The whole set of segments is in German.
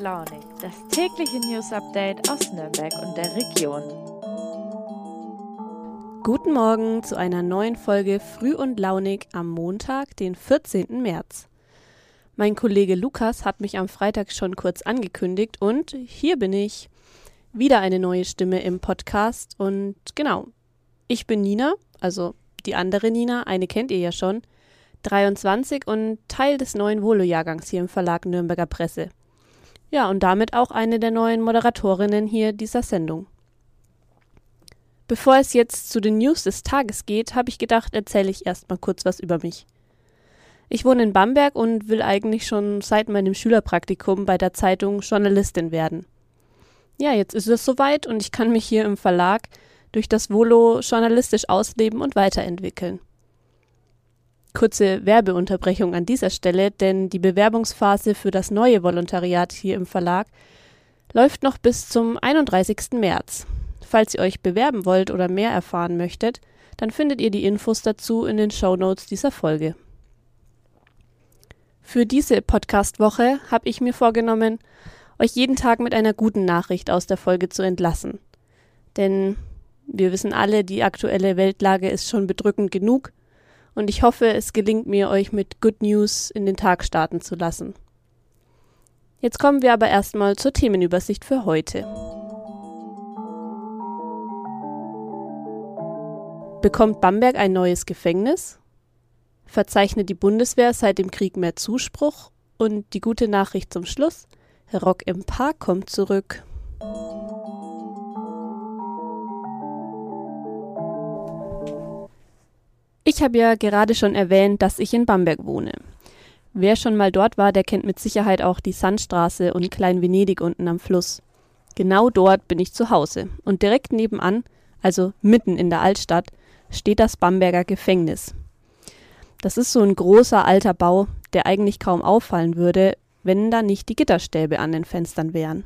Launig, das tägliche News-Update aus Nürnberg und der Region. Guten Morgen zu einer neuen Folge Früh und Launig am Montag, den 14. März. Mein Kollege Lukas hat mich am Freitag schon kurz angekündigt und hier bin ich. Wieder eine neue Stimme im Podcast und genau, ich bin Nina, also die andere Nina, eine kennt ihr ja schon, 23 und Teil des neuen Volo-Jahrgangs hier im Verlag Nürnberger Presse. Ja, und damit auch eine der neuen Moderatorinnen hier dieser Sendung. Bevor es jetzt zu den News des Tages geht, habe ich gedacht, erzähle ich erstmal kurz was über mich. Ich wohne in Bamberg und will eigentlich schon seit meinem Schülerpraktikum bei der Zeitung Journalistin werden. Ja, jetzt ist es soweit und ich kann mich hier im Verlag durch das Volo journalistisch ausleben und weiterentwickeln. Kurze Werbeunterbrechung an dieser Stelle, denn die Bewerbungsphase für das neue Volontariat hier im Verlag läuft noch bis zum 31. März. Falls ihr euch bewerben wollt oder mehr erfahren möchtet, dann findet ihr die Infos dazu in den Shownotes dieser Folge. Für diese Podcast-Woche habe ich mir vorgenommen, euch jeden Tag mit einer guten Nachricht aus der Folge zu entlassen. Denn wir wissen alle, die aktuelle Weltlage ist schon bedrückend genug und ich hoffe, es gelingt mir, euch mit Good News in den Tag starten zu lassen. Jetzt kommen wir aber erstmal zur Themenübersicht für heute. Bekommt Bamberg ein neues Gefängnis? Verzeichnet die Bundeswehr seit dem Krieg mehr Zuspruch? Und die gute Nachricht zum Schluss: Rock im Park kommt zurück. Ich habe ja gerade schon erwähnt, dass ich in Bamberg wohne. Wer schon mal dort war, der kennt mit Sicherheit auch die Sandstraße und Klein-Venedig unten am Fluss. Genau dort bin ich zu Hause. Und direkt nebenan, also mitten in der Altstadt, steht das Bamberger Gefängnis. Das ist so ein großer alter Bau, der eigentlich kaum auffallen würde, wenn da nicht die Gitterstäbe an den Fenstern wären.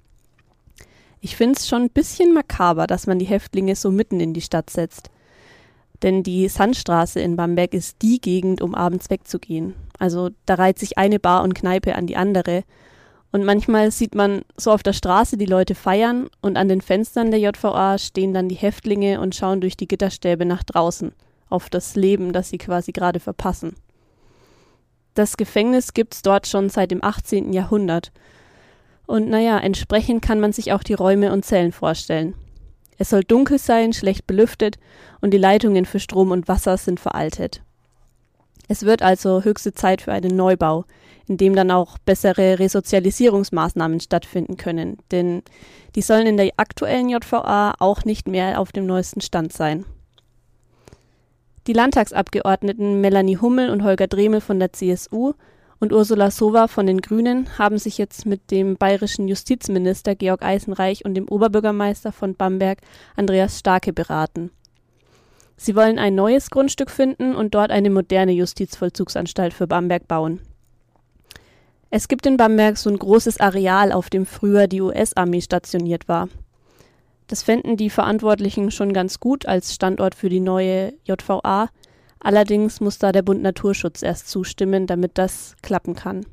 Ich finde es schon ein bisschen makaber, dass man die Häftlinge so mitten in die Stadt setzt. Denn die Sandstraße in Bamberg ist die Gegend, um abends wegzugehen. Also da reiht sich eine Bar und Kneipe an die andere. Und manchmal sieht man so auf der Straße die Leute feiern und an den Fenstern der JVA stehen dann die Häftlinge und schauen durch die Gitterstäbe nach draußen, auf das Leben, das sie quasi gerade verpassen. Das Gefängnis gibt's dort schon seit dem 18. Jahrhundert. Und naja, entsprechend kann man sich auch die Räume und Zellen vorstellen. Es soll dunkel sein, schlecht belüftet und die Leitungen für Strom und Wasser sind veraltet. Es wird also höchste Zeit für einen Neubau, in dem dann auch bessere Resozialisierungsmaßnahmen stattfinden können, denn die sollen in der aktuellen JVA auch nicht mehr auf dem neuesten Stand sein. Die Landtagsabgeordneten Melanie Hummel und Holger Dremel von der CSU und Ursula Sowa von den Grünen haben sich jetzt mit dem bayerischen Justizminister Georg Eisenreich und dem Oberbürgermeister von Bamberg Andreas Starke beraten. Sie wollen ein neues Grundstück finden und dort eine moderne Justizvollzugsanstalt für Bamberg bauen. Es gibt in Bamberg so ein großes Areal, auf dem früher die US-Armee stationiert war. Das fänden die Verantwortlichen schon ganz gut als Standort für die neue JVA. Allerdings muss da der Bund Naturschutz erst zustimmen, damit das klappen kann.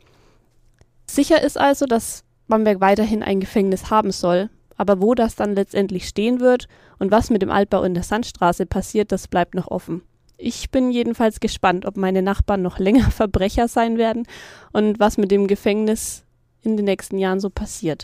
Sicher ist also, dass Bamberg weiterhin ein Gefängnis haben soll, aber wo das dann letztendlich stehen wird und was mit dem Altbau in der Sandstraße passiert, das bleibt noch offen. Ich bin jedenfalls gespannt, ob meine Nachbarn noch länger Verbrecher sein werden und was mit dem Gefängnis in den nächsten Jahren so passiert.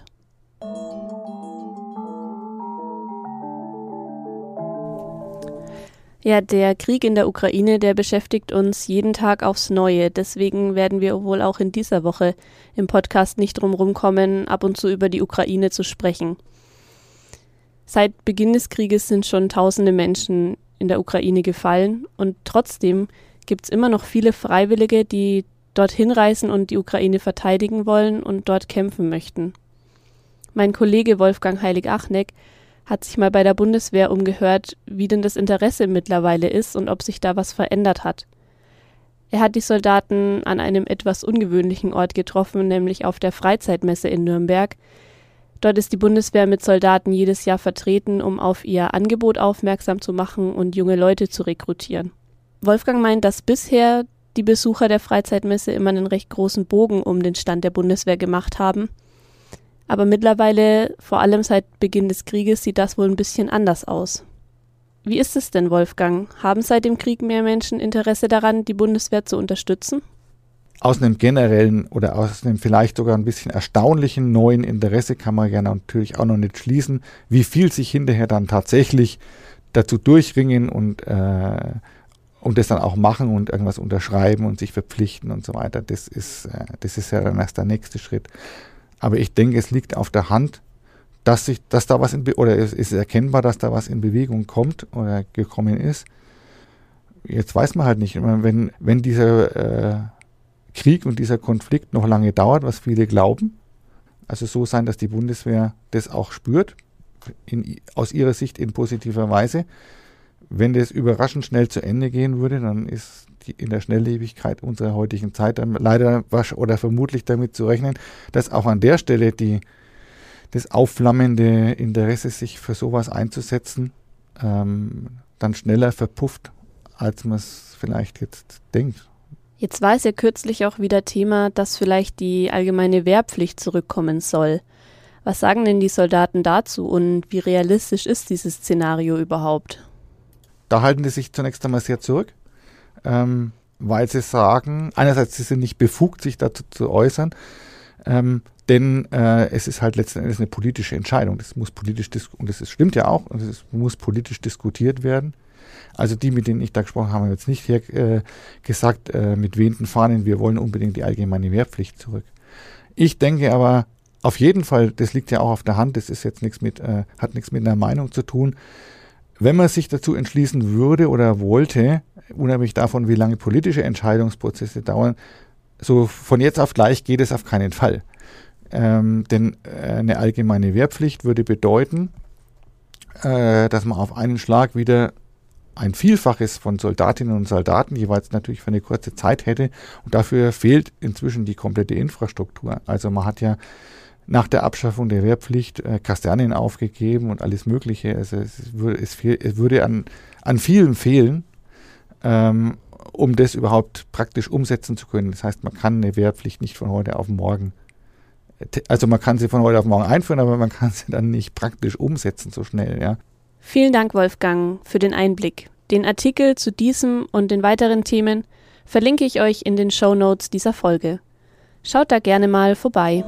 Ja, der Krieg in der Ukraine, der beschäftigt uns jeden Tag aufs Neue. Deswegen werden wir wohl auch in dieser Woche im Podcast nicht drum rumkommen, ab und zu über die Ukraine zu sprechen. Seit Beginn des Krieges sind schon tausende Menschen in der Ukraine gefallen und trotzdem gibt es immer noch viele Freiwillige, die dorthin reisen und die Ukraine verteidigen wollen und dort kämpfen möchten. Mein Kollege Wolfgang Heilig-Achneck hat sich mal bei der Bundeswehr umgehört, wie denn das Interesse mittlerweile ist und ob sich da was verändert hat. Er hat die Soldaten an einem etwas ungewöhnlichen Ort getroffen, nämlich auf der Freizeitmesse in Nürnberg. Dort ist die Bundeswehr mit Soldaten jedes Jahr vertreten, um auf ihr Angebot aufmerksam zu machen und junge Leute zu rekrutieren. Wolfgang meint, dass bisher die Besucher der Freizeitmesse immer einen recht großen Bogen um den Stand der Bundeswehr gemacht haben Aber mittlerweile, vor allem seit Beginn des Krieges, sieht das wohl ein bisschen anders aus. Wie ist es denn, Wolfgang? Haben seit dem Krieg mehr Menschen Interesse daran, die Bundeswehr zu unterstützen? Aus einem generellen oder aus einem vielleicht sogar ein bisschen erstaunlichen neuen Interesse kann man ja natürlich auch noch nicht schließen, wie viel sich hinterher dann tatsächlich dazu durchringen und das dann auch machen und irgendwas unterschreiben und sich verpflichten und so weiter. Das ist ja dann erst der nächste Schritt. Aber ich denke, es liegt auf der Hand, dass da was oder es ist erkennbar, dass da was in Bewegung kommt oder gekommen ist. Jetzt weiß man halt nicht, wenn dieser Krieg und dieser Konflikt noch lange dauert, was viele glauben, also so sein, dass die Bundeswehr das auch spürt, aus ihrer Sicht in positiver Weise. Wenn das überraschend schnell zu Ende gehen würde, dann ist in der Schnelllebigkeit unserer heutigen Zeit dann leider oder vermutlich damit zu rechnen, dass auch an der Stelle das aufflammende Interesse, sich für sowas einzusetzen, dann schneller verpufft, als man es vielleicht jetzt denkt. Jetzt war es ja kürzlich auch wieder Thema, dass vielleicht die allgemeine Wehrpflicht zurückkommen soll. Was sagen denn die Soldaten dazu und wie realistisch ist dieses Szenario überhaupt? Da halten die sich zunächst einmal sehr zurück, weil sie sagen, einerseits sie sind nicht befugt, sich dazu zu äußern, denn es ist halt letzten Endes eine politische Entscheidung. Das muss politisch und das stimmt ja auch, und es muss politisch diskutiert werden. Also die, mit denen ich da gesprochen habe, haben jetzt nicht gesagt, mit wehenden Fahnen, wir wollen unbedingt die allgemeine Wehrpflicht zurück. Ich denke aber auf jeden Fall, das liegt ja auch auf der Hand, das ist jetzt hat nichts mit einer Meinung zu tun. Wenn man sich dazu entschließen würde oder wollte, unabhängig davon, wie lange politische Entscheidungsprozesse dauern, so von jetzt auf gleich geht es auf keinen Fall. Denn eine allgemeine Wehrpflicht würde bedeuten, dass man auf einen Schlag wieder ein Vielfaches von Soldatinnen und Soldaten, jeweils natürlich für eine kurze Zeit hätte. Und dafür fehlt inzwischen die komplette Infrastruktur. Also man hat ja nach der Abschaffung der Wehrpflicht Kasernen aufgegeben und alles Mögliche. Also es würde an vielen fehlen, um das überhaupt praktisch umsetzen zu können. Das heißt, man kann eine Wehrpflicht nicht von heute auf morgen, also man kann sie von heute auf morgen einführen, aber man kann sie dann nicht praktisch umsetzen so schnell, ja. Vielen Dank, Wolfgang, für den Einblick. Den Artikel zu diesem und den weiteren Themen verlinke ich euch in den Shownotes dieser Folge. Schaut da gerne mal vorbei.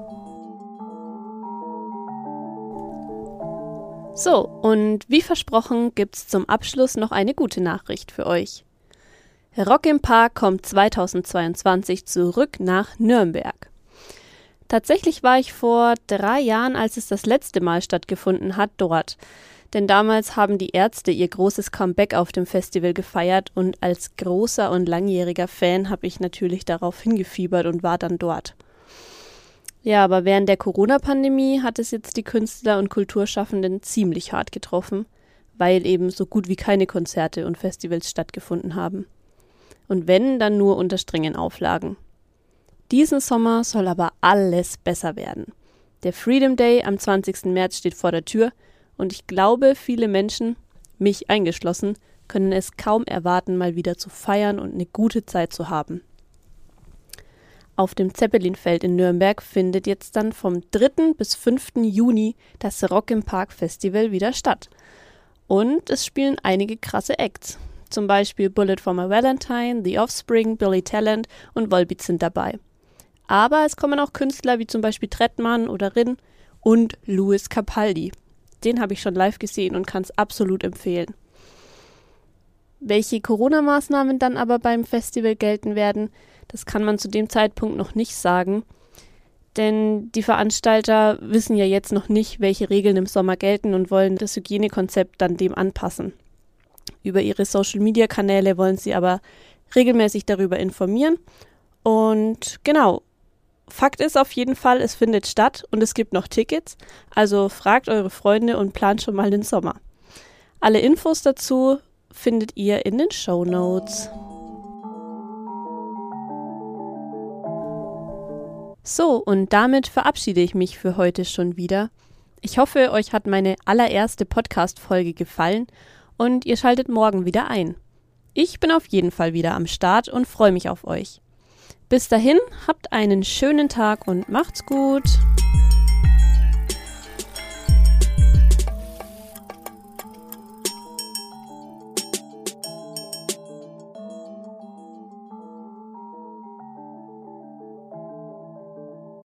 So, und wie versprochen gibt's zum Abschluss noch eine gute Nachricht für euch. Rock im Park kommt 2022 zurück nach Nürnberg. Tatsächlich war ich vor 3 Jahren, als es das letzte Mal stattgefunden hat, dort. Denn damals haben die Ärzte ihr großes Comeback auf dem Festival gefeiert und als großer und langjähriger Fan habe ich natürlich darauf hingefiebert und war dann dort. Ja, aber während der Corona-Pandemie hat es jetzt die Künstler und Kulturschaffenden ziemlich hart getroffen, weil eben so gut wie keine Konzerte und Festivals stattgefunden haben. Und wenn, dann nur unter strengen Auflagen. Diesen Sommer soll aber alles besser werden. Der Freedom Day am 20. März steht vor der Tür und ich glaube, viele Menschen, mich eingeschlossen, können es kaum erwarten, mal wieder zu feiern und eine gute Zeit zu haben. Auf dem Zeppelinfeld in Nürnberg findet jetzt dann vom 3. bis 5. Juni das Rock im Park Festival wieder statt. Und es spielen einige krasse Acts. Zum Beispiel Bullet for My Valentine, The Offspring, Billy Talent und Volbeat sind dabei. Aber es kommen auch Künstler wie zum Beispiel Trettmann oder Rin und Louis Capaldi. Den habe ich schon live gesehen und kann es absolut empfehlen. Welche Corona-Maßnahmen dann aber beim Festival gelten werden, das kann man zu dem Zeitpunkt noch nicht sagen. Denn die Veranstalter wissen ja jetzt noch nicht, welche Regeln im Sommer gelten und wollen das Hygienekonzept dann dem anpassen. Über ihre Social-Media-Kanäle wollen sie aber regelmäßig darüber informieren. Und genau, Fakt ist auf jeden Fall, es findet statt und es gibt noch Tickets. Also fragt eure Freunde und plant schon mal den Sommer. Alle Infos dazu findet ihr in den Shownotes. So, und damit verabschiede ich mich für heute schon wieder. Ich hoffe, euch hat meine allererste Podcast-Folge gefallen und ihr schaltet morgen wieder ein. Ich bin auf jeden Fall wieder am Start und freue mich auf euch. Bis dahin, habt einen schönen Tag und macht's gut!